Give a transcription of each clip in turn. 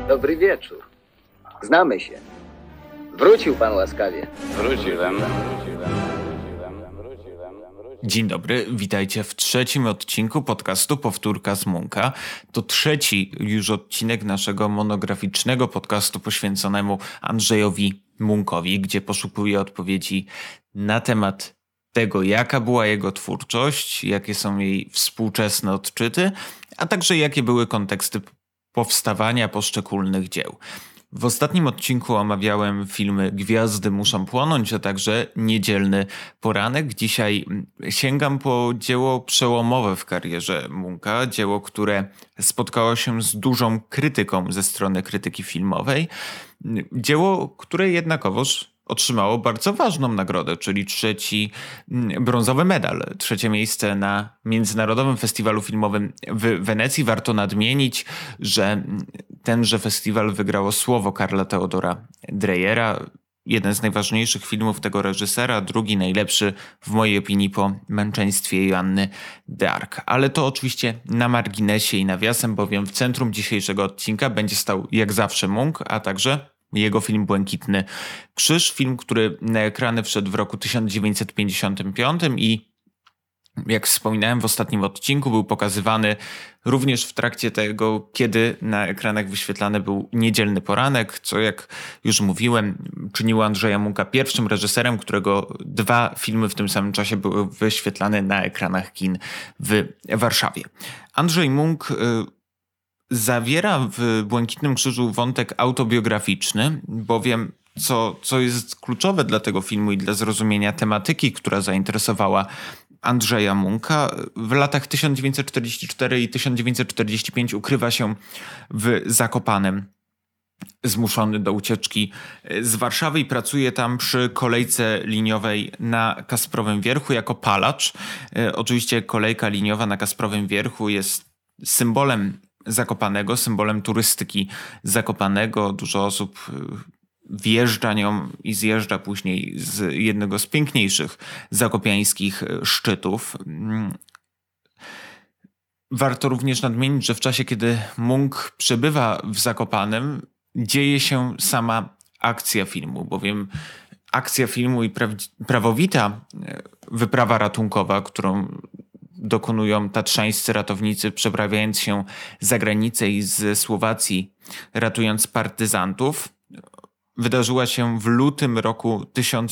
Dobry wieczór. Znamy się. Wrócił pan łaskawie. Wróciłem. Dzień dobry, witajcie w trzecim odcinku podcastu Powtórka z Munka. To trzeci już odcinek naszego monograficznego podcastu poświęconemu Andrzejowi Munkowi, gdzie poszukuję odpowiedzi na temat tego, jaka była jego twórczość, jakie są jej współczesne odczyty, a także jakie były konteksty powstawania poszczególnych dzieł. W ostatnim odcinku omawiałem filmy Gwiazdy muszą płonąć, a także Niedzielny poranek. Dzisiaj sięgam po dzieło przełomowe w karierze Munka, dzieło, które spotkało się z dużą krytyką ze strony krytyki filmowej. Dzieło, które jednakowoż otrzymało bardzo ważną nagrodę, czyli trzeci brązowy medal, trzecie miejsce na Międzynarodowym Festiwalu Filmowym w Wenecji. Warto nadmienić, że tenże festiwal wygrało Słowo Karla Theodora Dreyera, jeden z najważniejszych filmów tego reżysera, drugi najlepszy w mojej opinii po Męczeństwie Joanny d'Arc. Ale to oczywiście na marginesie i nawiasem, bowiem w centrum dzisiejszego odcinka będzie stał jak zawsze Munk, a także jego film Błękitny Krzyż, film, który na ekrany wszedł w roku 1955 i jak wspominałem w ostatnim odcinku, był pokazywany również w trakcie tego, kiedy na ekranach wyświetlany był Niedzielny poranek, co jak już mówiłem, czyniło Andrzeja Munka pierwszym reżyserem, którego dwa filmy w tym samym czasie były wyświetlane na ekranach kin w Warszawie. Andrzej Munk zawiera w Błękitnym Krzyżu wątek autobiograficzny, bowiem co jest kluczowe dla tego filmu i dla zrozumienia tematyki, która zainteresowała Andrzeja Munka, w latach 1944 i 1945 ukrywa się w Zakopanem, zmuszony do ucieczki z Warszawy i pracuje tam przy kolejce liniowej na Kasprowym Wierchu jako palacz. Oczywiście kolejka liniowa na Kasprowym Wierchu jest symbolem Zakopanego, symbolem turystyki Zakopanego. Dużo osób wjeżdża nią i zjeżdża później z jednego z piękniejszych zakopiańskich szczytów. Warto również nadmienić, że w czasie, kiedy Munk przebywa w Zakopanem, dzieje się sama akcja filmu, bowiem akcja filmu i prawowita wyprawa ratunkowa, którą dokonują tatrzańscy ratownicy, przeprawiając się za granicę i ze Słowacji, ratując partyzantów, wydarzyła się w lutym roku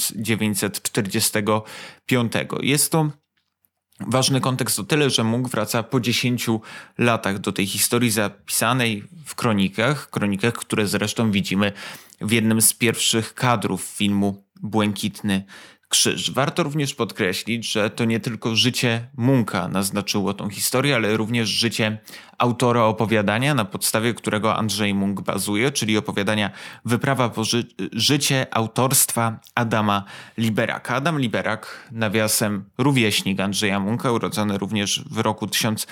1945. Jest to ważny kontekst o tyle, że Munk wraca po 10 latach do tej historii zapisanej w kronikach, które zresztą widzimy w jednym z pierwszych kadrów filmu Błękitny Krzyż. Warto również podkreślić, że to nie tylko życie Munka naznaczyło tą historię, ale również życie autora opowiadania, na podstawie którego Andrzej Munk bazuje, czyli opowiadania Wyprawa po życie autorstwa Adama Liberaka. Adam Liberak, nawiasem rówieśnik Andrzeja Munka, urodzony również w roku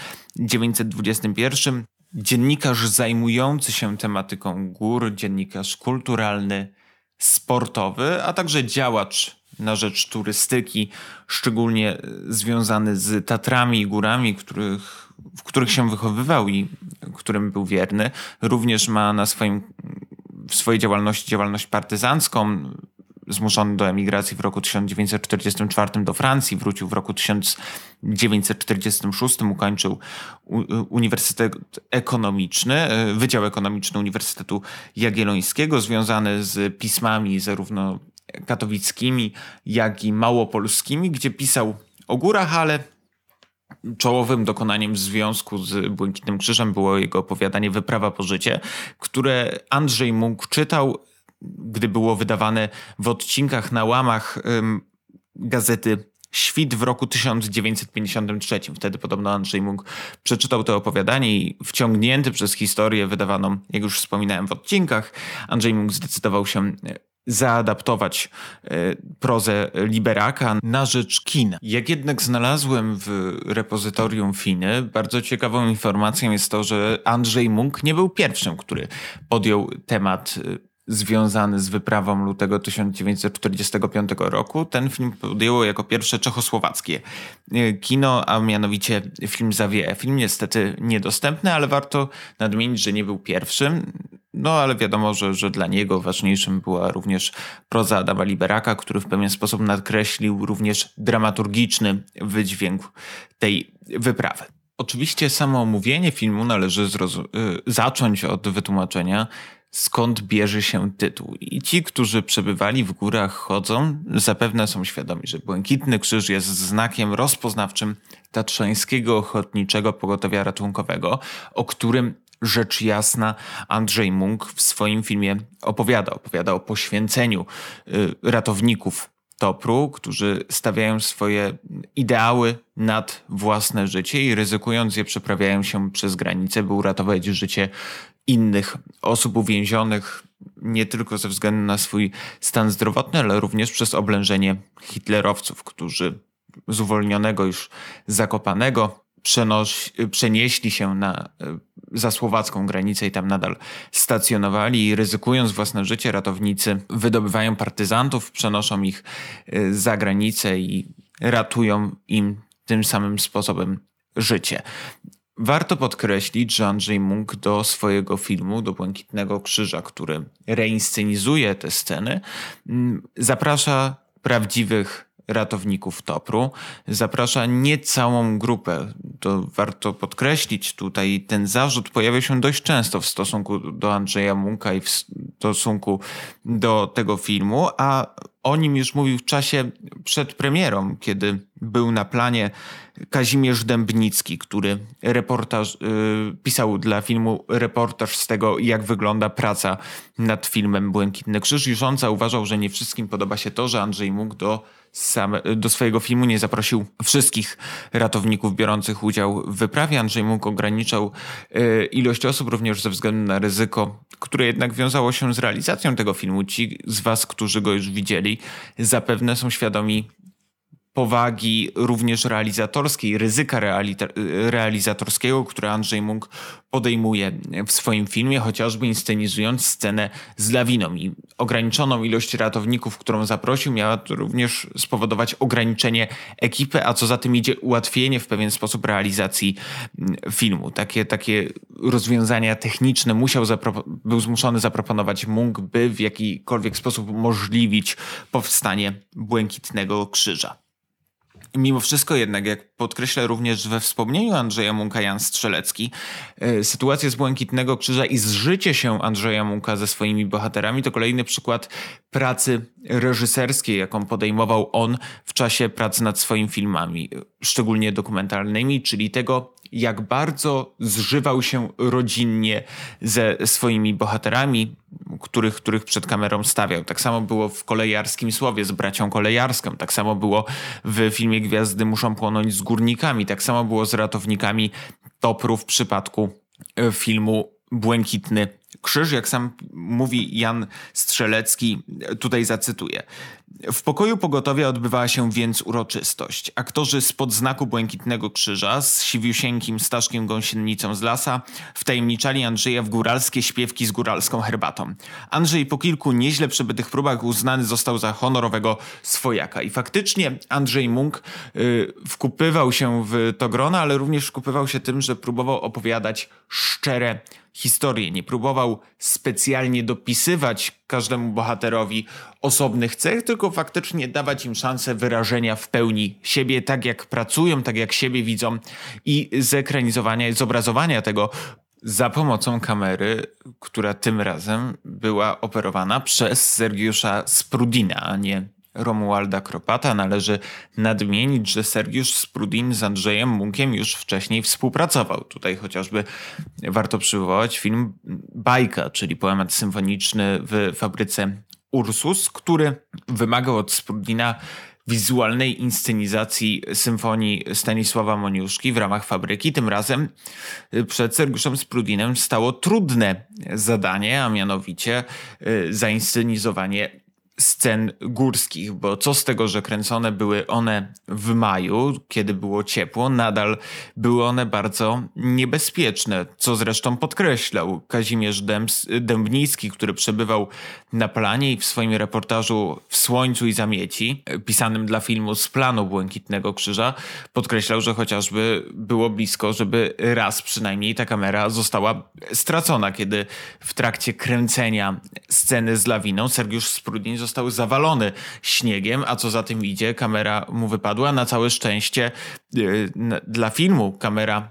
1921, dziennikarz zajmujący się tematyką gór, dziennikarz kulturalny, sportowy, a także działacz na rzecz turystyki, szczególnie związany z Tatrami i górami, w których się wychowywał i którym był wierny. Również ma w swojej działalność partyzancką. Zmuszony do emigracji w roku 1944 do Francji, wrócił w roku 1946, ukończył Uniwersytet Ekonomiczny, Wydział Ekonomiczny Uniwersytetu Jagiellońskiego, związany z pismami zarówno katowickimi, jak i małopolskimi, gdzie pisał o górach, ale czołowym dokonaniem w związku z Błękitnym Krzyżem było jego opowiadanie Wyprawa po życie, które Andrzej Munk czytał, gdy było wydawane w odcinkach na łamach gazety Świt w roku 1953. Wtedy podobno Andrzej Munk przeczytał to opowiadanie i wciągnięty przez historię wydawaną, jak już wspominałem, w odcinkach, Andrzej Munk zdecydował się zaadaptować prozę Liberaka na rzecz kina. Jak jednak znalazłem w repozytorium Finy, bardzo ciekawą informacją jest to, że Andrzej Munk nie był pierwszym, który podjął temat związany z wyprawą lutego 1945 roku. Ten film podjęło jako pierwsze czechosłowackie kino, a mianowicie film Zawie. Film niestety niedostępny, ale warto nadmienić, że nie był pierwszym. no ale wiadomo, że dla niego ważniejszym była również proza Adama Liberaka, który w pewien sposób nadkreślił również dramaturgiczny wydźwięk tej wyprawy. Oczywiście samo omówienie filmu należy zacząć od wytłumaczenia, skąd bierze się tytuł. I ci, którzy przebywali w górach chodzą, zapewne są świadomi, że Błękitny Krzyż jest znakiem rozpoznawczym Tatrzańskiego Ochotniczego Pogotowia Ratunkowego, o którym rzecz jasna Andrzej Munk w swoim filmie opowiada. Opowiada o poświęceniu ratowników Topru, którzy stawiają swoje ideały nad własne życie i ryzykując je przeprawiają się przez granicę, by uratować życie innych osób uwięzionych nie tylko ze względu na swój stan zdrowotny, ale również przez oblężenie hitlerowców, którzy z uwolnionego już Zakopanego przenieśli się za słowacką granicę i tam nadal stacjonowali i ryzykując własne życie, ratownicy wydobywają partyzantów, przenoszą ich za granicę i ratują im tym samym sposobem życie. Warto podkreślić, że Andrzej Munk do swojego filmu, do Błękitnego Krzyża, który reinscenizuje te sceny, zaprasza prawdziwych ratowników Topru. Zaprasza nie całą grupę. To warto podkreślić tutaj. Ten zarzut pojawia się dość często w stosunku do Andrzeja Munka i w stosunku do tego filmu, a o nim już mówił w czasie przed premierą, kiedy był na planie Kazimierz Dębnicki, który pisał dla filmu reportaż z tego, jak wygląda praca nad filmem Błękitny Krzyż. Już on zauważał, że nie wszystkim podoba się to, że Andrzej Munk do swojego filmu nie zaprosił wszystkich ratowników biorących udział w wyprawie. Andrzej Munk ograniczał ilość osób również ze względu na ryzyko, które jednak wiązało się z realizacją tego filmu. Ci z was, którzy go już widzieli, zapewne są świadomi powagi również realizatorskiej, ryzyka realizatorskiego, które Andrzej Munk podejmuje w swoim filmie, chociażby inscenizując scenę z lawiną. I ograniczoną ilość ratowników, którą zaprosił, miała to również spowodować ograniczenie ekipy, a co za tym idzie ułatwienie w pewien sposób realizacji filmu. Takie rozwiązania techniczne był zmuszony zaproponować Munk, by w jakikolwiek sposób umożliwić powstanie Błękitnego Krzyża. Mimo wszystko jednak, jak podkreśla również we wspomnieniu Andrzeja Munka Jan Strzelecki, sytuacja z Błękitnego Krzyża i zżycie się Andrzeja Munka ze swoimi bohaterami to kolejny przykład pracy reżyserskiej, jaką podejmował on w czasie pracy nad swoimi filmami, szczególnie dokumentalnymi, czyli tego, jak bardzo zżywał się rodzinnie ze swoimi bohaterami, których przed kamerą stawiał. Tak samo było w Kolejarskim Słowie z bracią Kolejarską, tak samo było w filmie Gwiazdy muszą płonąć z górnikami, tak samo było z ratownikami Topru w przypadku filmu Błękitny Krzyż. Jak sam mówi Jan Strzelecki, tutaj zacytuję. W pokoju pogotowia odbywała się więc uroczystość. Aktorzy spod znaku Błękitnego Krzyża z siwiusieńkim Staszkiem Gąsienicą z Lasa wtajemniczali Andrzeja w góralskie śpiewki z góralską herbatą. Andrzej po kilku nieźle przebytych próbach uznany został za honorowego swojaka. I faktycznie Andrzej Munk wkupywał się w to grono, ale również wkupywał się tym, że próbował opowiadać szczere historie. Nie próbował specjalnie dopisywać każdemu bohaterowi osobnych cech, tylko faktycznie dawać im szansę wyrażenia w pełni siebie, tak jak pracują, tak jak siebie widzą i zekranizowania i zobrazowania tego za pomocą kamery, która tym razem była operowana przez Sergiusza Sprudina, a nie Romualda Kropata. Należy nadmienić, że Sergiusz Sprudin z Andrzejem Munkiem już wcześniej współpracował. Tutaj chociażby warto przywołać film Bajka, czyli poemat symfoniczny w fabryce Ursus, który wymagał od Sprudina wizualnej inscenizacji symfonii Stanisława Moniuszki w ramach Fabryki. Tym razem przed Sergiuszem Sprudinem stało trudne zadanie, a mianowicie zainscenizowanie scen górskich, bo co z tego, że kręcone były one w maju, kiedy było ciepło, nadal były one bardzo niebezpieczne, co zresztą podkreślał Kazimierz Dębnicki, który przebywał na planie i w swoim reportażu W słońcu i zamieci, pisanym dla filmu Z planu Błękitnego Krzyża, podkreślał, że chociażby było blisko, żeby raz przynajmniej ta kamera została stracona, kiedy w trakcie kręcenia sceny z lawiną Sergiusz Sprudin został zawalony śniegiem, a co za tym idzie, kamera mu wypadła. Na całe szczęście dla filmu kamera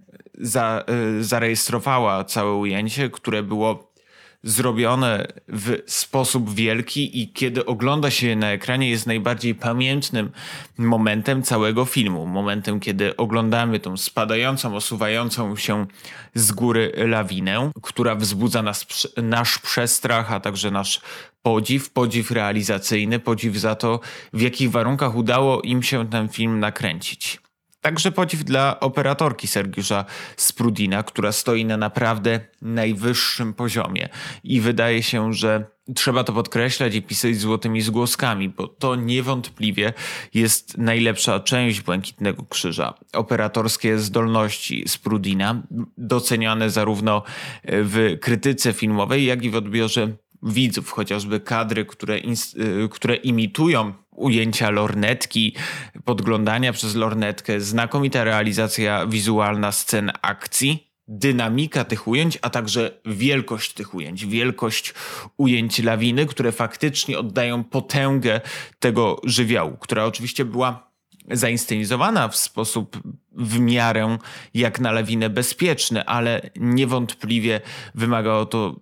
zarejestrowała całe ujęcie, które było zrobione w sposób wielki i kiedy ogląda się je na ekranie, jest najbardziej pamiętnym momentem całego filmu. Momentem, kiedy oglądamy tą spadającą, osuwającą się z góry lawinę, która wzbudza nasz przestrach, a także nasz podziw realizacyjny, podziw za to, w jakich warunkach udało im się ten film nakręcić. Także podziw dla operatorki Sergiusza Sprudina, która stoi na naprawdę najwyższym poziomie. I wydaje się, że trzeba to podkreślać i pisać złotymi zgłoskami, bo to niewątpliwie jest najlepsza część Błękitnego Krzyża. Operatorskie zdolności Sprudina, doceniane zarówno w krytyce filmowej, jak i w odbiorze widzów, chociażby kadry, które imitują ujęcia lornetki, podglądania przez lornetkę, znakomita realizacja wizualna scen akcji, dynamika tych ujęć, a także wielkość tych ujęć, wielkość ujęć lawiny, które faktycznie oddają potęgę tego żywiołu, która oczywiście była zainscenizowana w sposób w miarę jak na lawinę bezpieczny, ale niewątpliwie wymagało to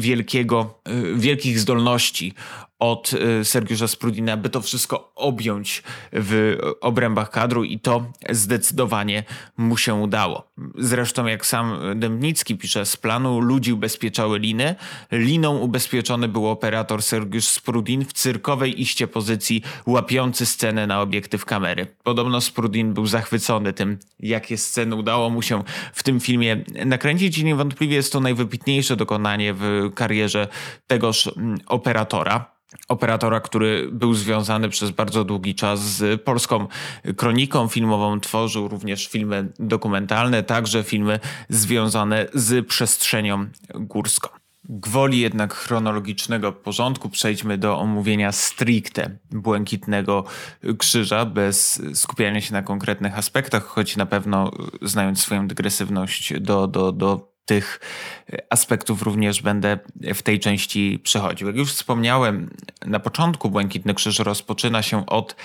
wielkich zdolności od Sergiusza Sprudina, by to wszystko objąć w obrębach kadru i to zdecydowanie mu się udało. Zresztą jak sam Dębnicki pisze, z planu ludzi ubezpieczały liny. Liną ubezpieczony był operator Sergiusz Sprudin w cyrkowej iście pozycji, łapiący scenę na obiektyw kamery. Podobno Sprudin był zachwycony tym, jakie sceny udało mu się w tym filmie nakręcić i niewątpliwie jest to najwybitniejsze dokonanie w karierze tegoż operatora. Operatora, który był związany przez bardzo długi czas z polską kroniką filmową, tworzył również filmy dokumentalne, także filmy związane z przestrzenią górską. Gwoli jednak chronologicznego porządku przejdźmy do omówienia stricte Błękitnego Krzyża, bez skupiania się na konkretnych aspektach, choć na pewno znając swoją dygresywność do tych aspektów również będę w tej części przechodził. Jak już wspomniałem na początku, Błękitny Krzyż rozpoczyna się od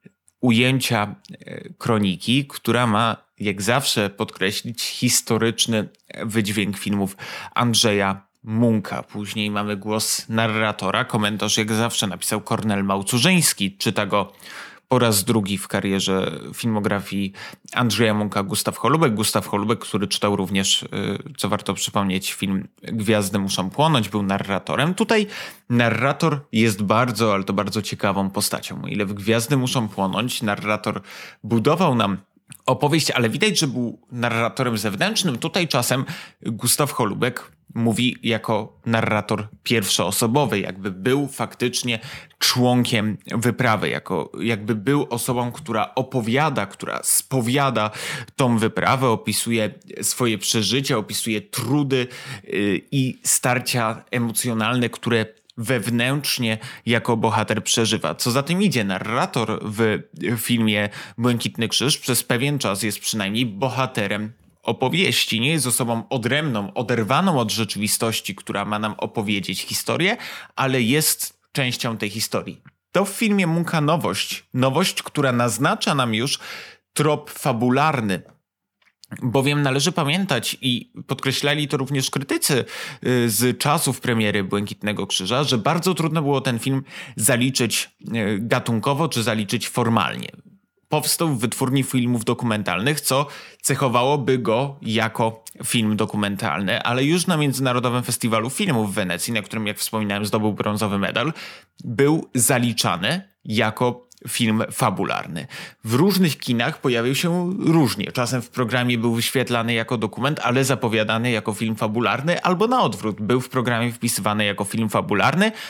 ujęcia kroniki, która ma jak zawsze podkreślić historyczny wydźwięk filmów Andrzeja Munka. Później mamy głos narratora. Komentarz jak zawsze napisał Kornel Małcurzyński. Czyta go po raz drugi w karierze filmografii Andrzeja Munka Gustaw Holubek. Gustaw Holubek, który czytał również, co warto przypomnieć, film Gwiazdy muszą płonąć, był narratorem. Tutaj narrator jest bardzo, ale to bardzo ciekawą postacią. O ile w Gwiazdy muszą płonąć narrator budował nam opowieść, ale widać, że był narratorem zewnętrznym. Tutaj czasem Gustaw Holubek mówi jako narrator pierwszoosobowy, jakby był faktycznie członkiem wyprawy, jakby był osobą, która opowiada, która spowiada tą wyprawę, opisuje swoje przeżycia, opisuje trudy i starcia emocjonalne, które wewnętrznie jako bohater przeżywa. Co za tym idzie, narrator w filmie Błękitny Krzyż przez pewien czas jest przynajmniej bohaterem opowieści. Nie jest osobą odrębną, oderwaną od rzeczywistości, która ma nam opowiedzieć historię, ale jest częścią tej historii. To w filmie Munka nowość, która naznacza nam już trop fabularny. Bowiem należy pamiętać, i podkreślali to również krytycy z czasów premiery Błękitnego Krzyża, że bardzo trudno było ten film zaliczyć gatunkowo czy zaliczyć formalnie. Powstał w wytwórni filmów dokumentalnych, co cechowałoby go jako film dokumentalny, ale już na Międzynarodowym Festiwalu Filmów w Wenecji, na którym, jak wspominałem, zdobył brązowy medal, był zaliczany jako film fabularny. W różnych kinach pojawił się różnie. Czasem w programie był wyświetlany jako dokument, ale zapowiadany jako film fabularny, albo na odwrót, był w programie wpisywany jako film fabularny,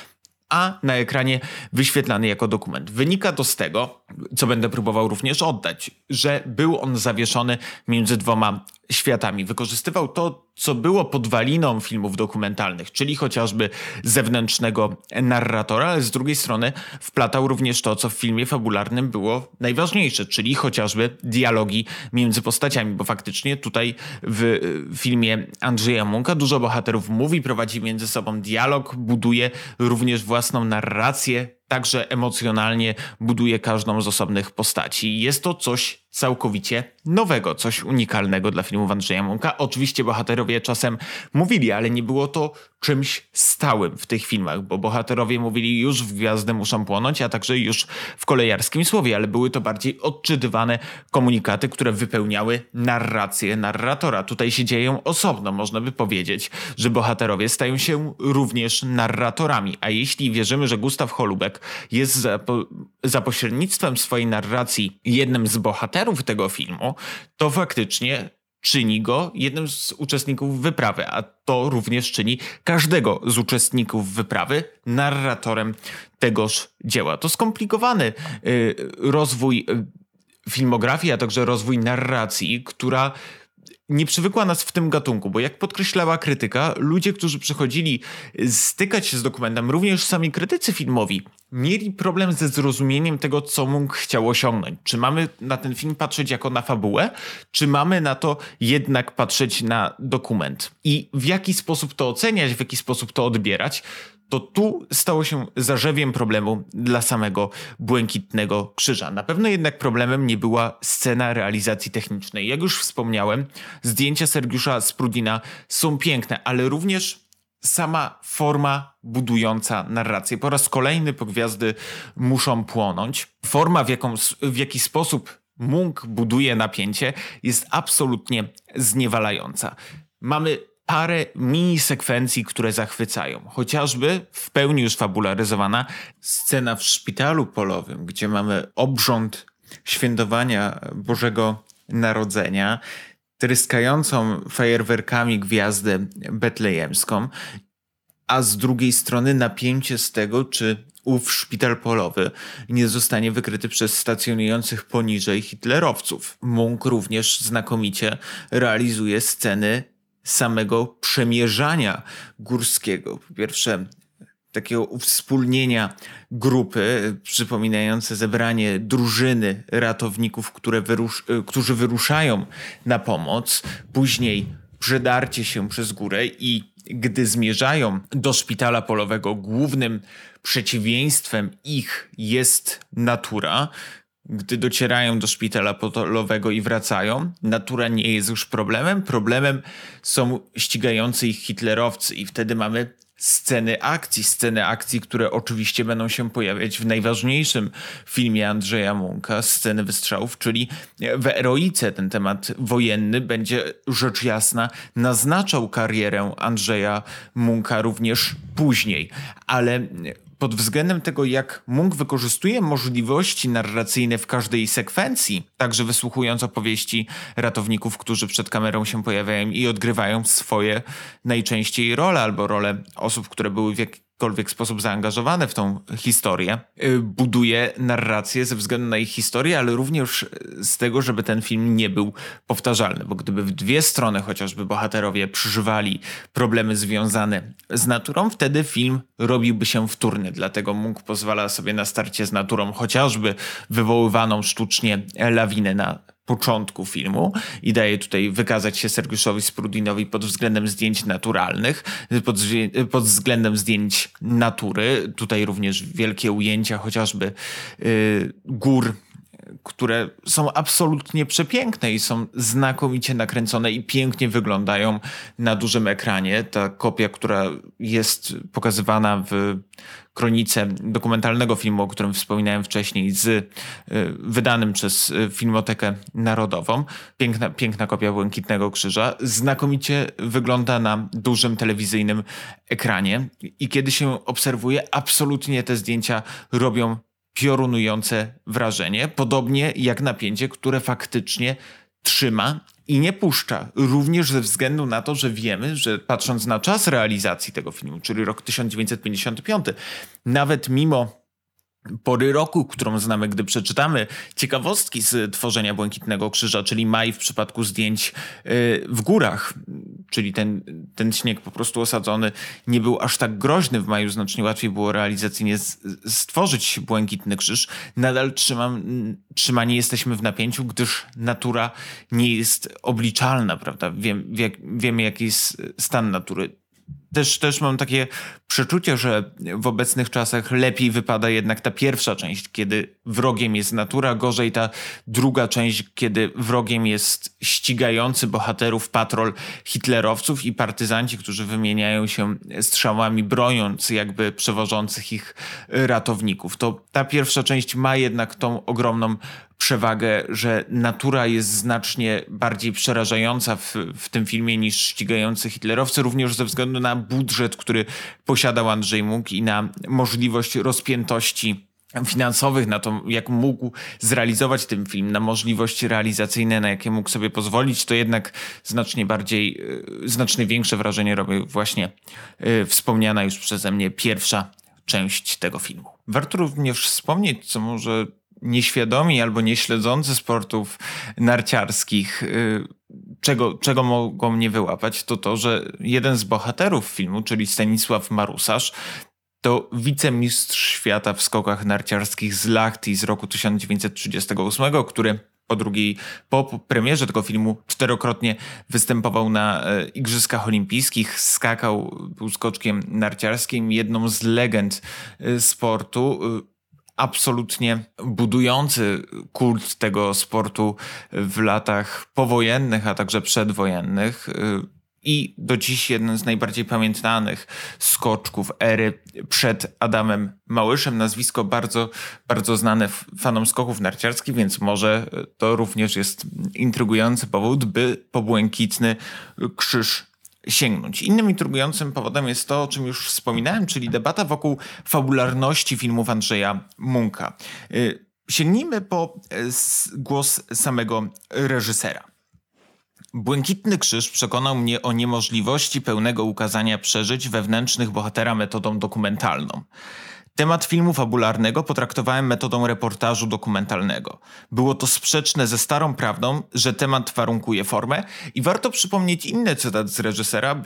a na ekranie wyświetlany jako dokument. Wynika to z tego, co będę próbował również oddać, że był on zawieszony między dwoma światami. Wykorzystywał to, co było podwaliną filmów dokumentalnych, czyli chociażby zewnętrznego narratora, ale z drugiej strony wplatał również to, co w filmie fabularnym było najważniejsze, czyli chociażby dialogi między postaciami, bo faktycznie tutaj w filmie Andrzeja Munka dużo bohaterów mówi, prowadzi między sobą dialog, buduje również własną narrację, także emocjonalnie buduje każdą z osobnych postaci. Jest to coś całkowicie nowego, coś unikalnego dla filmów Andrzeja Munka. Oczywiście bohaterowie czasem mówili, ale nie było to czymś stałym w tych filmach, bo bohaterowie mówili już w Gwiazdy muszą płonąć, a także już w Kolejarskim słowie, ale były to bardziej odczytywane komunikaty, które wypełniały narrację narratora. Tutaj się dzieją osobno, można by powiedzieć, że bohaterowie stają się również narratorami, a jeśli wierzymy, że Gustaw Holubek jest za pośrednictwem swojej narracji jednym z bohaterów tego filmu, to faktycznie czyni go jednym z uczestników wyprawy, a to również czyni każdego z uczestników wyprawy narratorem tegoż dzieła. To skomplikowany rozwój filmografii, a także rozwój narracji, która nie przywykła nas w tym gatunku, bo jak podkreślała krytyka, ludzie, którzy przychodzili stykać się z dokumentem, również sami krytycy filmowi, mieli problem ze zrozumieniem tego, co Munk chciał osiągnąć. Czy mamy na ten film patrzeć jako na fabułę, czy mamy na to jednak patrzeć na dokument? I w jaki sposób to oceniać, w jaki sposób to odbierać, to tu stało się zarzewiem problemu dla samego Błękitnego Krzyża. Na pewno jednak problemem nie była scena realizacji technicznej. Jak już wspomniałem, zdjęcia Sergiusza Sprudina są piękne, ale również sama forma budująca narrację. Po raz kolejny po Gwiazdy muszą płonąć. Forma, w jaki sposób Munk buduje napięcie, jest absolutnie zniewalająca. Mamy parę mini sekwencji, które zachwycają. Chociażby w pełni już fabularyzowana scena w szpitalu polowym, gdzie mamy obrząd świętowania Bożego Narodzenia, tryskającą fajerwerkami gwiazdę betlejemską, a z drugiej strony napięcie z tego, czy ów szpital polowy nie zostanie wykryty przez stacjonujących poniżej hitlerowców. Munk również znakomicie realizuje sceny samego przemierzania górskiego. Po pierwsze, takiego uwspólnienia grupy, przypominające zebranie drużyny ratowników, którzy wyruszają na pomoc. Później przedarcie się przez górę i gdy zmierzają do szpitala polowego, głównym przeciwieństwem ich jest natura. Gdy docierają do szpitala polowego i wracają, natura nie jest już problemem. Problemem są ścigający ich hitlerowcy i wtedy mamy sceny akcji, które oczywiście będą się pojawiać w najważniejszym filmie Andrzeja Munka, sceny wystrzałów, czyli w Eroice. Ten temat wojenny będzie rzecz jasna naznaczał karierę Andrzeja Munka również później, ale pod względem tego, jak Munk wykorzystuje możliwości narracyjne w każdej sekwencji, także wysłuchując opowieści ratowników, którzy przed kamerą się pojawiają i odgrywają swoje najczęściej role albo role osób, które były w jakikolwiek sposób zaangażowane w tą historię, buduje narrację ze względu na ich historię, ale również z tego, żeby ten film nie był powtarzalny, bo gdyby w dwie strony chociażby bohaterowie przeżywali problemy związane z naturą, wtedy film robiłby się wtórny. Dlatego Munk pozwala sobie na starcie z naturą, chociażby wywoływaną sztucznie lawinę na początku filmu i daje tutaj wykazać się Sergiuszowi Sprudinowi pod względem zdjęć naturalnych, pod względem zdjęć natury. Tutaj również wielkie ujęcia chociażby gór, które są absolutnie przepiękne i są znakomicie nakręcone i pięknie wyglądają na dużym ekranie. Ta kopia, która jest pokazywana w kronice dokumentalnego filmu, o którym wspominałem wcześniej, wydanym przez Filmotekę Narodową. Piękna kopia Błękitnego Krzyża. Znakomicie wygląda na dużym telewizyjnym ekranie i kiedy się obserwuje, absolutnie te zdjęcia robią piorunujące wrażenie, podobnie jak napięcie, które faktycznie trzyma i nie puszcza. Również ze względu na to, że wiemy, że patrząc na czas realizacji tego filmu, czyli rok 1955, nawet mimo pory roku, którą znamy, gdy przeczytamy ciekawostki z tworzenia Błękitnego Krzyża, czyli maj w przypadku zdjęć w górach, czyli ten śnieg po prostu osadzony nie był aż tak groźny w maju, znacznie łatwiej było realizacyjnie stworzyć Błękitny Krzyż. Nadal trzymani jesteśmy w napięciu, gdyż natura nie jest obliczalna, prawda? Wiemy, jaki jest stan natury. Też mam takie przeczucie, że w obecnych czasach lepiej wypada jednak ta pierwsza część, kiedy wrogiem jest natura, gorzej ta druga część, kiedy wrogiem jest ścigający bohaterów patrol hitlerowców i partyzanci, którzy wymieniają się strzałami, broniąc jakby przewożących ich ratowników. To ta pierwsza część ma jednak tą ogromną przewagę, że natura jest znacznie bardziej przerażająca w tym filmie niż ścigający hitlerowcy, również ze względu na budżet, który posiadał Andrzej Munk i na możliwość rozpiętości finansowych, na to, jak mógł zrealizować ten film, na możliwości realizacyjne, na jakie mógł sobie pozwolić, to jednak znacznie większe wrażenie robi właśnie wspomniana już przeze mnie pierwsza część tego filmu. Warto również wspomnieć, co może nieświadomi albo nieśledzący sportów narciarskich, czego mogą nie wyłapać, to, że jeden z bohaterów filmu, czyli Stanisław Marusarz, to wicemistrz świata w skokach narciarskich z Lahti z roku 1938, który po premierze tego filmu 4-krotnie występował na Igrzyskach Olimpijskich, był skoczkiem narciarskim, jedną z legend sportu, absolutnie budujący kult tego sportu w latach powojennych, a także przedwojennych. I do dziś jeden z najbardziej pamiętanych skoczków ery przed Adamem Małyszem. Nazwisko bardzo, bardzo znane fanom skoków narciarskich, więc może to również jest intrygujący powód, by po Błękitny Krzyż sięgnąć. Innym intrygującym powodem jest to, o czym już wspominałem, czyli debata wokół fabularności filmów Andrzeja Munka. Sięgnijmy po głos samego reżysera. Błękitny Krzyż przekonał mnie o niemożliwości pełnego ukazania przeżyć wewnętrznych bohatera metodą dokumentalną. Temat filmu fabularnego potraktowałem metodą reportażu dokumentalnego. Było to sprzeczne ze starą prawdą, że temat warunkuje formę i warto przypomnieć inny cytat z reżysera,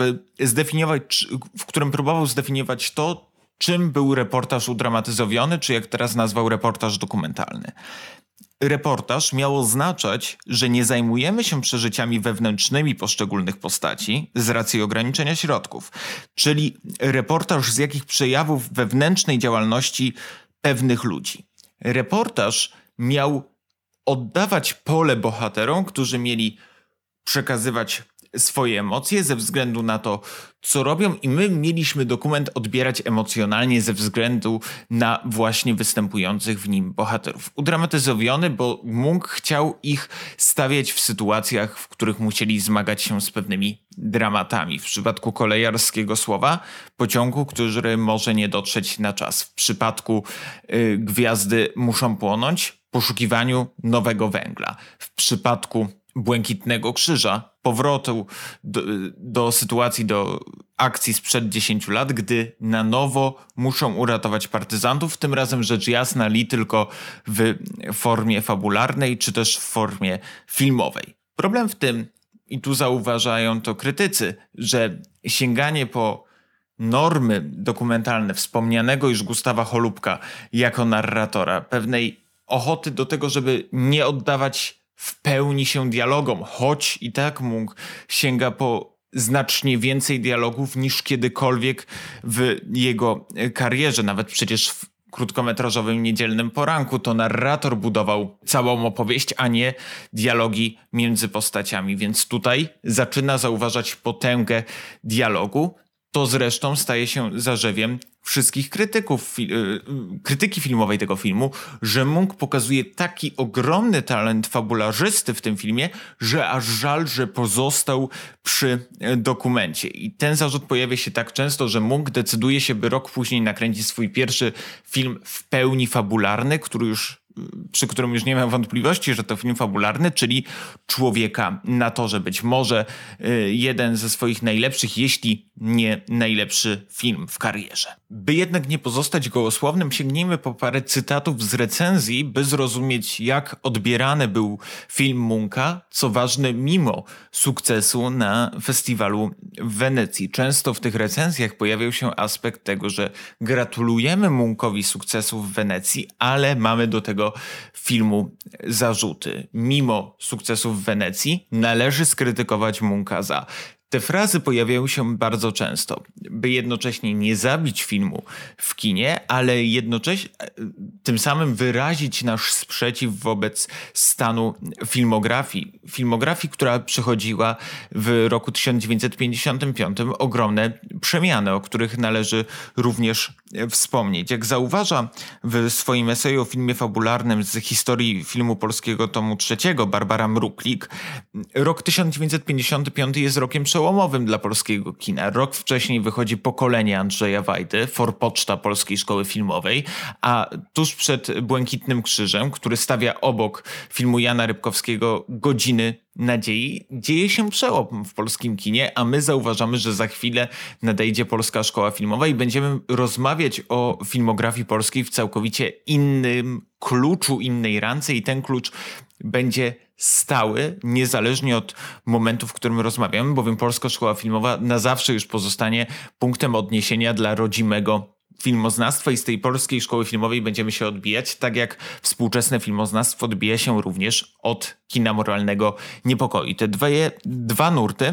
w którym próbował zdefiniować to, czym był reportaż udramatyzowiony, czy jak teraz nazwał reportaż dokumentalny. Reportaż miał oznaczać, że nie zajmujemy się przeżyciami wewnętrznymi poszczególnych postaci z racji ograniczenia środków, czyli reportaż z jakich przejawów wewnętrznej działalności pewnych ludzi. Reportaż miał oddawać pole bohaterom, którzy mieli przekazywać swoje emocje ze względu na to, co robią i my mieliśmy dokument odbierać emocjonalnie ze względu na właśnie występujących w nim bohaterów. Udramatyzowiony, bo Munk chciał ich stawiać w sytuacjach, w których musieli zmagać się z pewnymi dramatami. W przypadku kolejarskiego słowa, pociągu, który może nie dotrzeć na czas. W przypadku gwiazdy muszą płonąć, poszukiwaniu nowego węgla. W przypadku Błękitnego Krzyża, powrotu do sytuacji, do akcji sprzed 10 lat, gdy na nowo muszą uratować partyzantów, tym razem rzecz jasna li tylko w formie fabularnej, czy też w formie filmowej. Problem w tym, i tu zauważają to krytycy, że sięganie po normy dokumentalne wspomnianego już Gustawa Holubka jako narratora, pewnej ochoty do tego, żeby nie oddawać w pełni się dialogom, choć i tak Munk sięga po znacznie więcej dialogów niż kiedykolwiek w jego karierze. Nawet przecież w krótkometrażowym Niedzielnym Poranku to narrator budował całą opowieść, a nie dialogi między postaciami. Więc tutaj zaczyna zauważać potęgę dialogu. To zresztą staje się zarzewiem wszystkich krytyki filmowej tego filmu, że Munk pokazuje taki ogromny talent fabularzysty w tym filmie, że aż żal, że pozostał przy dokumencie. I ten zarzut pojawia się tak często, że Munk decyduje się, by rok później nakręcić swój pierwszy film w pełni fabularny, który już przy którym już nie mam wątpliwości, że to film fabularny, czyli Człowieka na torze. Być może jeden ze swoich najlepszych, jeśli nie najlepszy film w karierze. By jednak nie pozostać gołosłownym, sięgnijmy po parę cytatów z recenzji, by zrozumieć, jak odbierany był film Munka, co ważne, mimo sukcesu na festiwalu w Wenecji. Często w tych recenzjach pojawiał się aspekt tego, że gratulujemy Munkowi sukcesu w Wenecji, ale mamy do tego filmu zarzuty. Mimo sukcesu w Wenecji należy skrytykować Munka za. Te frazy pojawiają się bardzo często, by jednocześnie nie zabić filmu w kinie, ale jednocześnie tym samym wyrazić nasz sprzeciw wobec stanu filmografii. Filmografii, która przechodziła w roku 1955 ogromne przemiany, o których należy również wspomnieć. Jak zauważa w swoim eseju o filmie fabularnym z historii filmu polskiego tomu trzeciego Barbara Mruklik, rok 1955 jest rokiem przełomowym dla polskiego kina. Rok wcześniej wychodzi Pokolenie Andrzeja Wajdy, forpoczta Polskiej Szkoły Filmowej, a tuż przed Błękitnym Krzyżem, który stawia obok filmu Jana Rybkowskiego Godziny Nadziei, dzieje się przełom w polskim kinie, a my zauważamy, że za chwilę nadejdzie Polska Szkoła Filmowa i będziemy rozmawiać o filmografii polskiej w całkowicie innym kluczu, innej rance i ten klucz będzie stały, niezależnie od momentu, w którym rozmawiamy, bowiem Polska Szkoła Filmowa na zawsze już pozostanie punktem odniesienia dla rodzimego filmoznawstwa i z tej polskiej szkoły filmowej będziemy się odbijać, tak jak współczesne filmoznawstwo odbija się również od kina moralnego niepokoju. Te dwa nurty,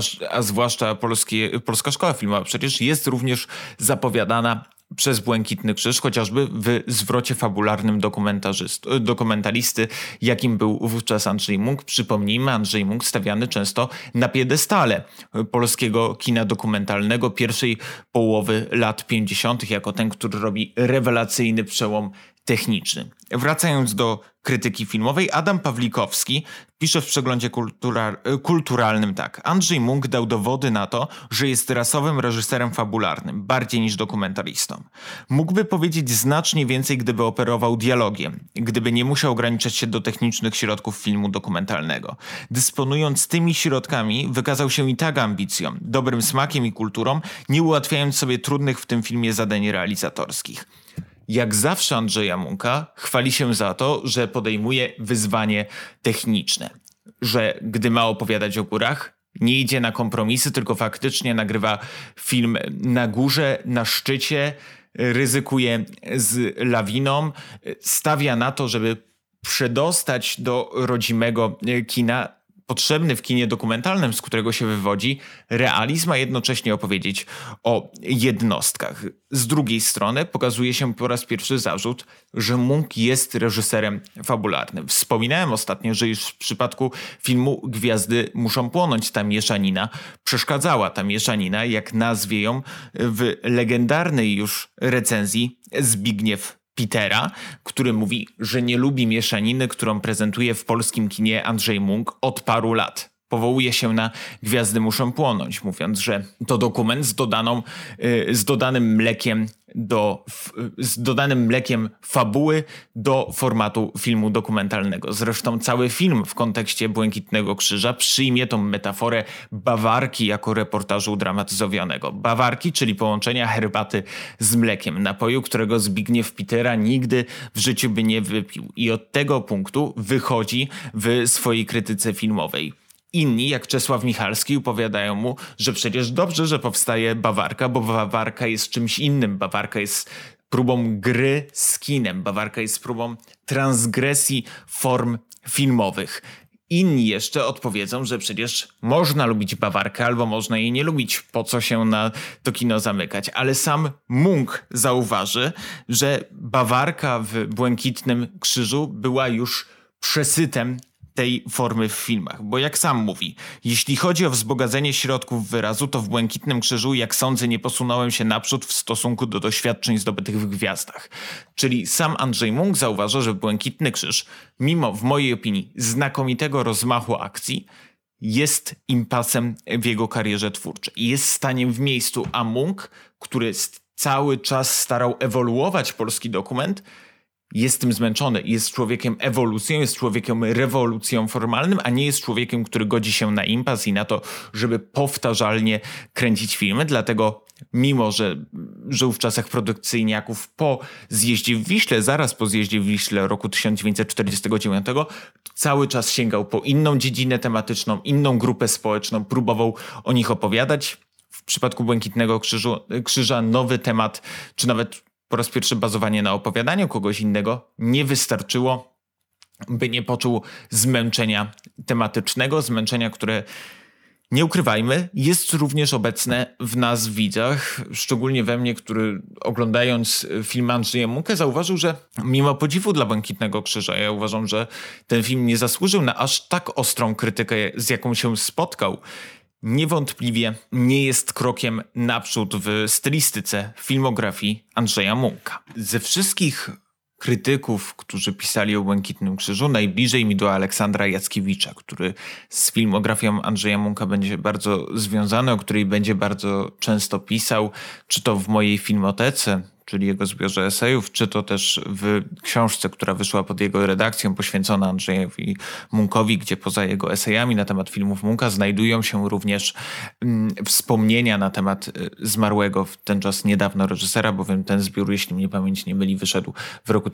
a zwłaszcza Polska Szkoła Filmowa przecież jest również zapowiadana przez Błękitny Krzyż, chociażby w zwrocie fabularnym dokumentalisty, jakim był wówczas Andrzej Munk. Przypomnijmy, Andrzej Munk stawiany często na piedestale polskiego kina dokumentalnego pierwszej połowy lat 50. jako ten, który robi rewelacyjny przełom techniczny. Wracając do krytyki filmowej, Adam Pawlikowski pisze w przeglądzie kulturalnym tak. Andrzej Munk dał dowody na to, że jest rasowym reżyserem fabularnym, bardziej niż dokumentalistą. Mógłby powiedzieć znacznie więcej, gdyby operował dialogiem, gdyby nie musiał ograniczać się do technicznych środków filmu dokumentalnego. Dysponując tymi środkami, wykazał się i tak ambicją, dobrym smakiem i kulturą, nie ułatwiając sobie trudnych w tym filmie zadań realizatorskich. Jak zawsze Andrzeja Munka chwali się za to, że podejmuje wyzwanie techniczne. Że gdy ma opowiadać o górach, nie idzie na kompromisy, tylko faktycznie nagrywa film na górze, na szczycie, ryzykuje z lawiną, stawia na to, żeby przedostać do rodzimego kina, potrzebny w kinie dokumentalnym, z którego się wywodzi realizm, a jednocześnie opowiedzieć o jednostkach. Z drugiej strony pokazuje się po raz pierwszy zarzut, że Munk jest reżyserem fabularnym. Wspominałem ostatnio, że już w przypadku filmu Gwiazdy muszą płonąć ta mieszanina przeszkadzała. Ta mieszanina, jak nazwie ją w legendarnej już recenzji Zbigniew Pitera, który mówi, że nie lubi mieszaniny, którą prezentuje w polskim kinie Andrzej Munk od paru lat. Powołuje się na Gwiazdy muszą płonąć, mówiąc, że to dokument z dodanym mlekiem fabuły do formatu filmu dokumentalnego. Zresztą cały film w kontekście Błękitnego Krzyża przyjmie tą metaforę bawarki jako reportażu dramatyzowanego. Bawarki, czyli połączenia herbaty z mlekiem, napoju, którego Zbigniew Pitera nigdy w życiu by nie wypił. I od tego punktu wychodzi w swojej krytyce filmowej. Inni, jak Czesław Michalski, opowiadają mu, że przecież dobrze, że powstaje bawarka, bo bawarka jest czymś innym. Bawarka jest próbą gry z kinem. Bawarka jest próbą transgresji form filmowych. Inni jeszcze odpowiedzą, że przecież można lubić bawarkę albo można jej nie lubić. Po co się na to kino zamykać? Ale sam Munk zauważy, że bawarka w Błękitnym Krzyżu była już przesytem tej formy w filmach. Bo jak sam mówi, jeśli chodzi o wzbogacenie środków wyrazu, to w Błękitnym Krzyżu, jak sądzę, nie posunąłem się naprzód w stosunku do doświadczeń zdobytych w Gwiazdach. Czyli sam Andrzej Munk zauważa, że Błękitny Krzyż, mimo w mojej opinii znakomitego rozmachu akcji, jest impasem w jego karierze twórczej. Jest staniem w miejscu, a Munk, który cały czas starał ewoluować polski dokument, jest tym zmęczony. Jest człowiekiem ewolucją, jest człowiekiem rewolucją formalnym, a nie jest człowiekiem, który godzi się na impas i na to, żeby powtarzalnie kręcić filmy. Dlatego mimo, że żył w czasach produkcyjniaków po zjeździe w Wiśle, zaraz po zjeździe w Wiśle roku 1949, cały czas sięgał po inną dziedzinę tematyczną, inną grupę społeczną, próbował o nich opowiadać. W przypadku Błękitnego Krzyża nowy temat, czy nawet po raz pierwszy bazowanie na opowiadaniu kogoś innego nie wystarczyło, by nie poczuł zmęczenia tematycznego, zmęczenia, które, nie ukrywajmy, jest również obecne w nas, widzach, szczególnie we mnie, który oglądając film Andrzeja Munkę zauważył, że mimo podziwu dla Błękitnego Krzyża, ja uważam, że ten film nie zasłużył na aż tak ostrą krytykę, z jaką się spotkał. Niewątpliwie nie jest krokiem naprzód w stylistyce filmografii Andrzeja Munka. Ze wszystkich krytyków, którzy pisali o Błękitnym Krzyżu, najbliżej mi do Aleksandra Jackiewicza, który z filmografią Andrzeja Munka będzie bardzo związany, o której będzie bardzo często pisał, czy to w mojej filmotece, czyli jego zbiorze esejów, czy to też w książce, która wyszła pod jego redakcją, poświęcona Andrzejowi Munkowi, gdzie poza jego esejami na temat filmów Munka znajdują się również wspomnienia na temat zmarłego w ten czas niedawno reżysera, bowiem ten zbiór, jeśli mnie pamięć nie myli, wyszedł w roku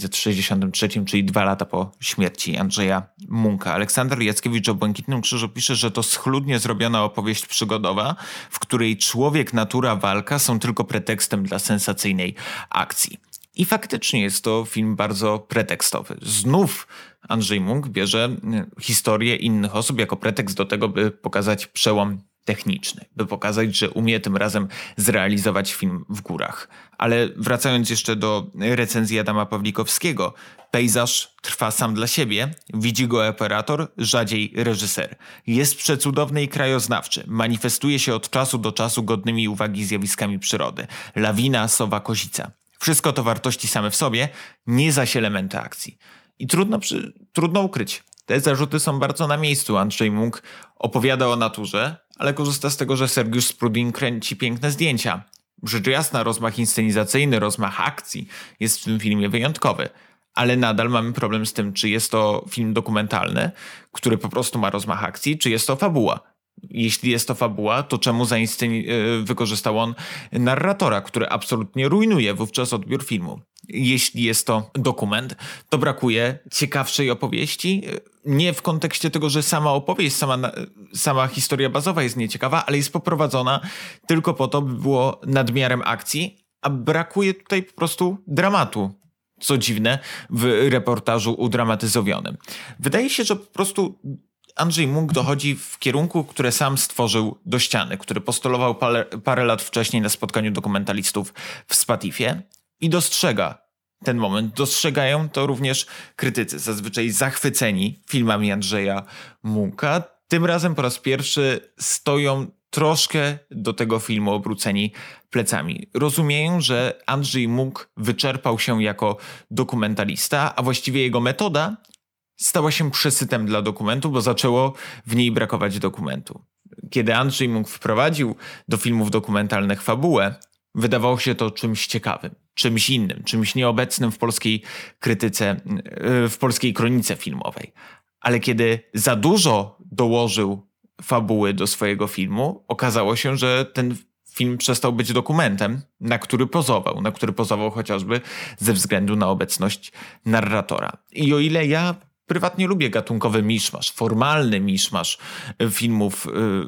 1963, czyli 2 lata po śmierci Andrzeja Munka. Aleksander Jackiewicz o Błękitnym Krzyżu pisze, że to schludnie zrobiona opowieść przygodowa, w której człowiek, natura, walka są tylko pretekstem dla sensacyjnej akcji. I faktycznie jest to film bardzo pretekstowy. Znów Andrzej Munk bierze historię innych osób jako pretekst do tego, by pokazać przełom techniczny, by pokazać, że umie tym razem zrealizować film w górach. Ale wracając jeszcze do recenzji Adama Pawlikowskiego, pejzaż trwa sam dla siebie, widzi go operator, rzadziej reżyser. Jest przecudowny i krajoznawczy, manifestuje się od czasu do czasu godnymi uwagi zjawiskami przyrody. Lawina, sowa, kozica. Wszystko to wartości same w sobie, nie zaś elementy akcji. I trudno ukryć. Te zarzuty są bardzo na miejscu. Andrzej Munk opowiada o naturze, ale korzysta z tego, że Sergiusz Sprudin kręci piękne zdjęcia. Rzecz jasna, rozmach inscenizacyjny, rozmach akcji jest w tym filmie wyjątkowy. Ale nadal mamy problem z tym, czy jest to film dokumentalny, który po prostu ma rozmach akcji, czy jest to fabuła. Jeśli jest to fabuła, to czemu wykorzystał on narratora, który absolutnie rujnuje wówczas odbiór filmu? Jeśli jest to dokument, to brakuje ciekawszej opowieści. Nie w kontekście tego, że sama opowieść, sama historia bazowa jest nieciekawa, ale jest poprowadzona tylko po to, by było nadmiarem akcji, a brakuje tutaj po prostu dramatu. Co dziwne, w reportażu udramatyzowionym. Wydaje się, że po prostu Andrzej Munk dochodzi w kierunku, który sam stworzył do ściany, który postulował parę lat wcześniej na spotkaniu dokumentalistów w Spatifie i dostrzega ten moment. Dostrzegają to również krytycy, zazwyczaj zachwyceni filmami Andrzeja Munka. Tym razem po raz pierwszy stoją troszkę do tego filmu obróceni plecami. Rozumieją, że Andrzej Munk wyczerpał się jako dokumentalista, a właściwie jego metoda stała się przesytem dla dokumentu, bo zaczęło w niej brakować dokumentu. Kiedy Andrzej Munk wprowadził do filmów dokumentalnych fabułę, wydawało się to czymś ciekawym, czymś innym, czymś nieobecnym w polskiej krytyce, w polskiej kronice filmowej. Ale kiedy za dużo dołożył fabuły do swojego filmu, okazało się, że ten film przestał być dokumentem, na który pozował chociażby ze względu na obecność narratora. I o ile ja prywatnie lubię gatunkowy miszmasz, formalny miszmasz filmów,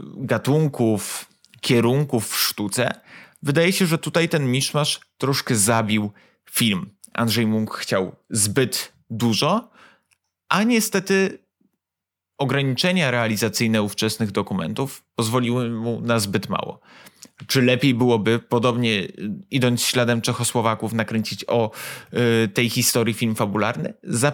gatunków, kierunków w sztuce, wydaje się, że tutaj ten miszmasz troszkę zabił film. Andrzej Munk chciał zbyt dużo, a niestety ograniczenia realizacyjne ówczesnych dokumentów pozwoliły mu na zbyt mało. Czy lepiej byłoby, podobnie idąc śladem Czechosłowaków, nakręcić o tej historii film fabularny?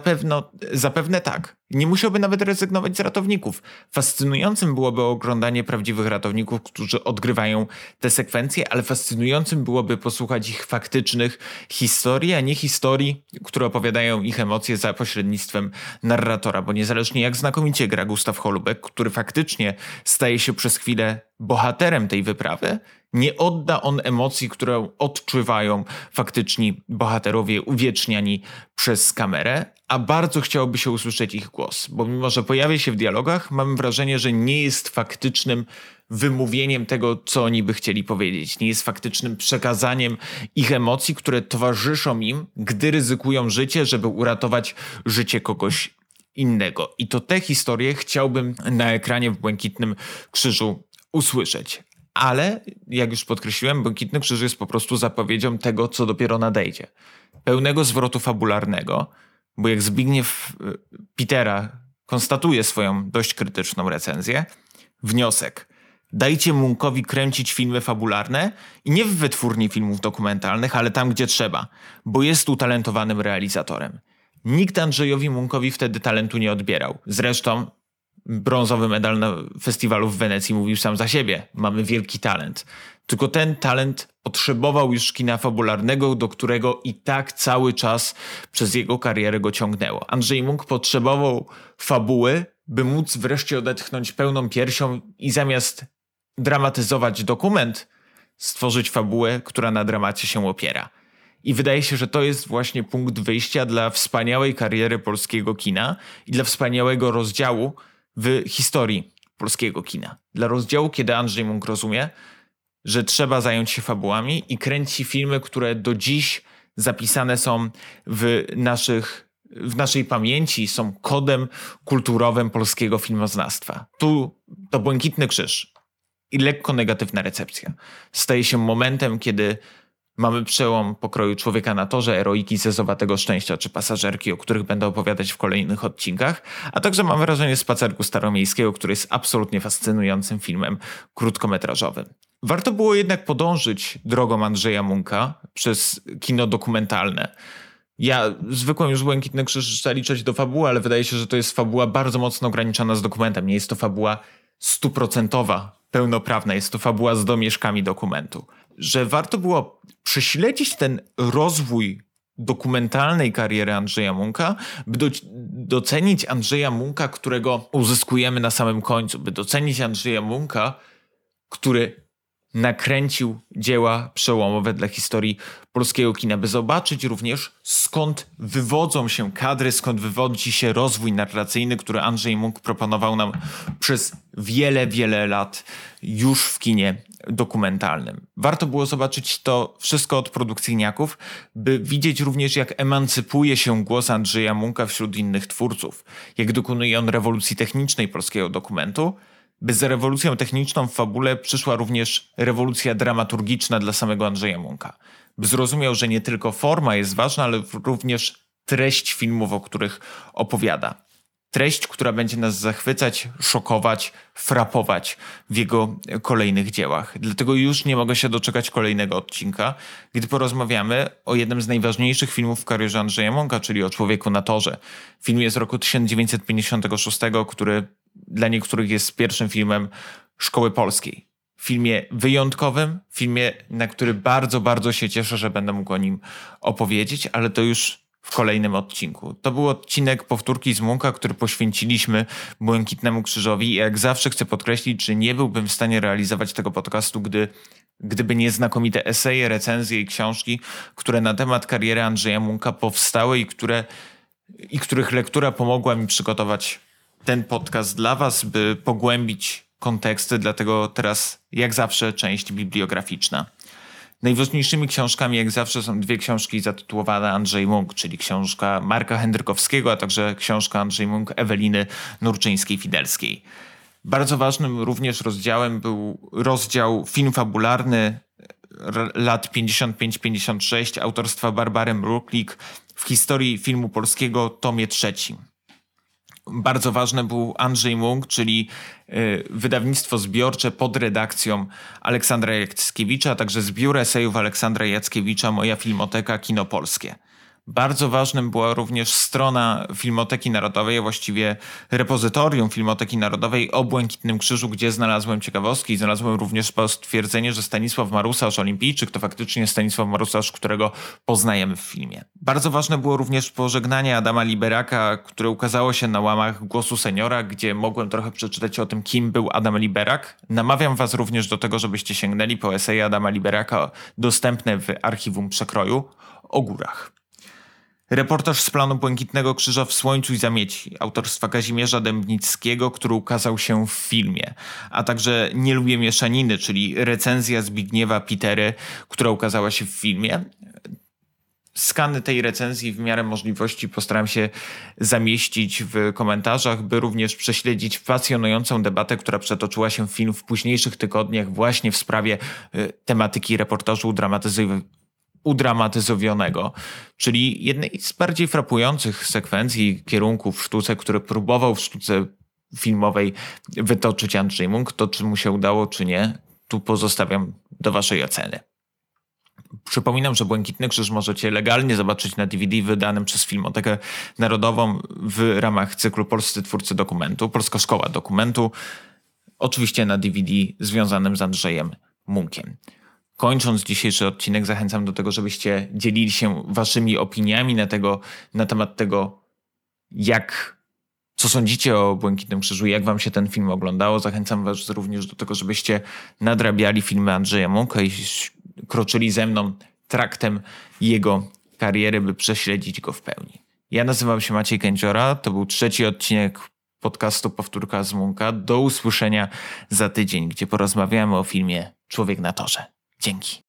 Zapewne tak. Nie musiałby nawet rezygnować z ratowników. Fascynującym byłoby oglądanie prawdziwych ratowników, którzy odgrywają te sekwencje, ale fascynującym byłoby posłuchać ich faktycznych historii, a nie historii, które opowiadają ich emocje za pośrednictwem narratora, bo niezależnie jak znakomicie gra Gustaw Holubek, który faktycznie staje się przez przez chwilę bohaterem tej wyprawy, nie odda on emocji, które odczuwają faktyczni bohaterowie uwieczniani przez kamerę, a bardzo chciałoby się usłyszeć ich głos, bo mimo, że pojawia się w dialogach, mam wrażenie, że nie jest faktycznym wymówieniem tego, co oni by chcieli powiedzieć. Nie jest faktycznym przekazaniem ich emocji, które towarzyszą im, gdy ryzykują życie, żeby uratować życie kogoś innego. I to te historie chciałbym na ekranie w Błękitnym Krzyżu usłyszeć. Ale, jak już podkreśliłem, Błękitny Krzyż jest po prostu zapowiedzią tego, co dopiero nadejdzie. Pełnego zwrotu fabularnego, bo jak Zbigniew Pitera konstatuje swoją dość krytyczną recenzję, wniosek: dajcie Munkowi kręcić filmy fabularne i nie w wytwórni filmów dokumentalnych, ale tam, gdzie trzeba, bo jest utalentowanym realizatorem. Nikt Andrzejowi Munkowi wtedy talentu nie odbierał. Zresztą brązowy medal na festiwalu w Wenecji mówił sam za siebie. Mamy wielki talent. Tylko ten talent potrzebował już kina fabularnego, do którego i tak cały czas przez jego karierę go ciągnęło. Andrzej Munk potrzebował fabuły, by móc wreszcie odetchnąć pełną piersią i zamiast dramatyzować dokument, stworzyć fabułę, która na dramacie się opiera. I wydaje się, że to jest właśnie punkt wyjścia dla wspaniałej kariery polskiego kina i dla wspaniałego rozdziału w historii polskiego kina. Dla rozdziału, kiedy Andrzej Munk rozumie, że trzeba zająć się fabułami i kręci filmy, które do dziś zapisane są w naszej pamięci, są kodem kulturowym polskiego filmoznawstwa. Tu to Błękitny Krzyż i lekko negatywna recepcja staje się momentem, kiedy mamy przełom pokroju Człowieka na torze, Eroiki, Zezowatego Szczęścia czy Pasażerki, o których będę opowiadać w kolejnych odcinkach, a także mam wrażenie Spacerku Staromiejskiego, który jest absolutnie fascynującym filmem krótkometrażowym. Warto było jednak podążyć drogą Andrzeja Munka przez kino dokumentalne. Ja zwykłem już Błękitny Krzyż zaliczać do fabuły, ale wydaje się, że to jest fabuła bardzo mocno ograniczona z dokumentem. Nie jest to fabuła 100%, pełnoprawna. Jest to fabuła z domieszkami dokumentu. Że warto było prześledzić ten rozwój dokumentalnej kariery Andrzeja Munka, by docenić Andrzeja Munka, którego uzyskujemy na samym końcu. By docenić Andrzeja Munka, który nakręcił dzieła przełomowe dla historii polskiego kina, by zobaczyć również, skąd wywodzą się kadry, skąd wywodzi się rozwój narracyjny, który Andrzej Munk proponował nam przez wiele, wiele lat już w kinie dokumentalnym. Warto było zobaczyć to wszystko od produkcyjniaków, by widzieć również, jak emancypuje się głos Andrzeja Munka wśród innych twórców, jak dokonuje on rewolucji technicznej polskiego dokumentu, by za rewolucją techniczną w fabule przyszła również rewolucja dramaturgiczna dla samego Andrzeja Munka. By zrozumiał, że nie tylko forma jest ważna, ale również treść filmów, o których opowiada. Treść, która będzie nas zachwycać, szokować, frapować w jego kolejnych dziełach. Dlatego już nie mogę się doczekać kolejnego odcinka, gdy porozmawiamy o jednym z najważniejszych filmów w karierze Andrzeja Munka, czyli o Człowieku na torze. Filmie z roku 1956, który dla niektórych jest pierwszym filmem Szkoły Polskiej. Filmie wyjątkowym, filmie, na który bardzo, bardzo się cieszę, że będę mógł o nim opowiedzieć, ale to już w kolejnym odcinku. To był odcinek Powtórki z Munka, który poświęciliśmy Błękitnemu Krzyżowi i jak zawsze chcę podkreślić, że nie byłbym w stanie realizować tego podcastu, gdyby nie znakomite eseje, recenzje i książki, które na temat kariery Andrzeja Munka powstały i których lektura pomogła mi przygotować ten podcast dla was, by pogłębić konteksty, dlatego teraz jak zawsze część bibliograficzna. Najważniejszymi książkami jak zawsze są dwie książki zatytułowane Andrzej Munk, czyli książka Marka Hendrykowskiego, a także książka Andrzej Munk Eweliny Nurczyńskiej-Fidelskiej. Bardzo ważnym również rozdziałem był rozdział film fabularny lat 55-56 autorstwa Barbary Mruklik w historii filmu polskiego tomie 3. Bardzo ważny był Andrzej Munk, czyli wydawnictwo zbiorcze pod redakcją Aleksandra Jackiewicza, a także zbiór esejów Aleksandra Jackiewicza Moja Filmoteka Kino Polskie. Bardzo ważnym była również strona Filmoteki Narodowej, a właściwie repozytorium Filmoteki Narodowej o Błękitnym Krzyżu, gdzie znalazłem ciekawostki. Znalazłem również potwierdzenie, że Stanisław Marusarz, olimpijczyk, to faktycznie Stanisław Marusarz, którego poznajemy w filmie. Bardzo ważne było również pożegnanie Adama Liberaka, które ukazało się na łamach Głosu Seniora, gdzie mogłem trochę przeczytać o tym, kim był Adam Liberak. Namawiam was również do tego, żebyście sięgnęli po eseje Adama Liberaka dostępne w archiwum Przekroju o górach. Reportaż z planu Błękitnego Krzyża w słońcu i zamieci autorstwa Kazimierza Dębnickiego, który ukazał się w filmie, a także Nie lubię mieszaniny, czyli recenzja Zbigniewa Pitery, która ukazała się w filmie. Skany tej recenzji w miarę możliwości postaram się zamieścić w komentarzach, by również prześledzić pasjonującą debatę, która przetoczyła się w późniejszych tygodniach właśnie w sprawie tematyki reportażu udramatyzowionego, czyli jednej z bardziej frapujących sekwencji, kierunków w sztuce, który próbował w sztuce filmowej wytoczyć Andrzej Munk. To, czy mu się udało, czy nie, tu pozostawiam do waszej oceny. Przypominam, że Błękitny Krzyż możecie legalnie zobaczyć na DVD wydanym przez Filmotekę Narodową w ramach cyklu Polscy Twórcy Dokumentu, Polska Szkoła Dokumentu, oczywiście na DVD związanym z Andrzejem Munkiem. Kończąc dzisiejszy odcinek, zachęcam do tego, żebyście dzielili się waszymi opiniami na temat tego, co sądzicie o Błękitnym Krzyżu, jak wam się ten film oglądało. Zachęcam was również do tego, żebyście nadrabiali filmy Andrzeja Munka i kroczyli ze mną traktem jego kariery, by prześledzić go w pełni. Ja nazywam się Maciej Kędziora, to był 3. odcinek podcastu Powtórka z Munka. Do usłyszenia za tydzień, gdzie porozmawiamy o filmie Człowiek na torze. Dzięki.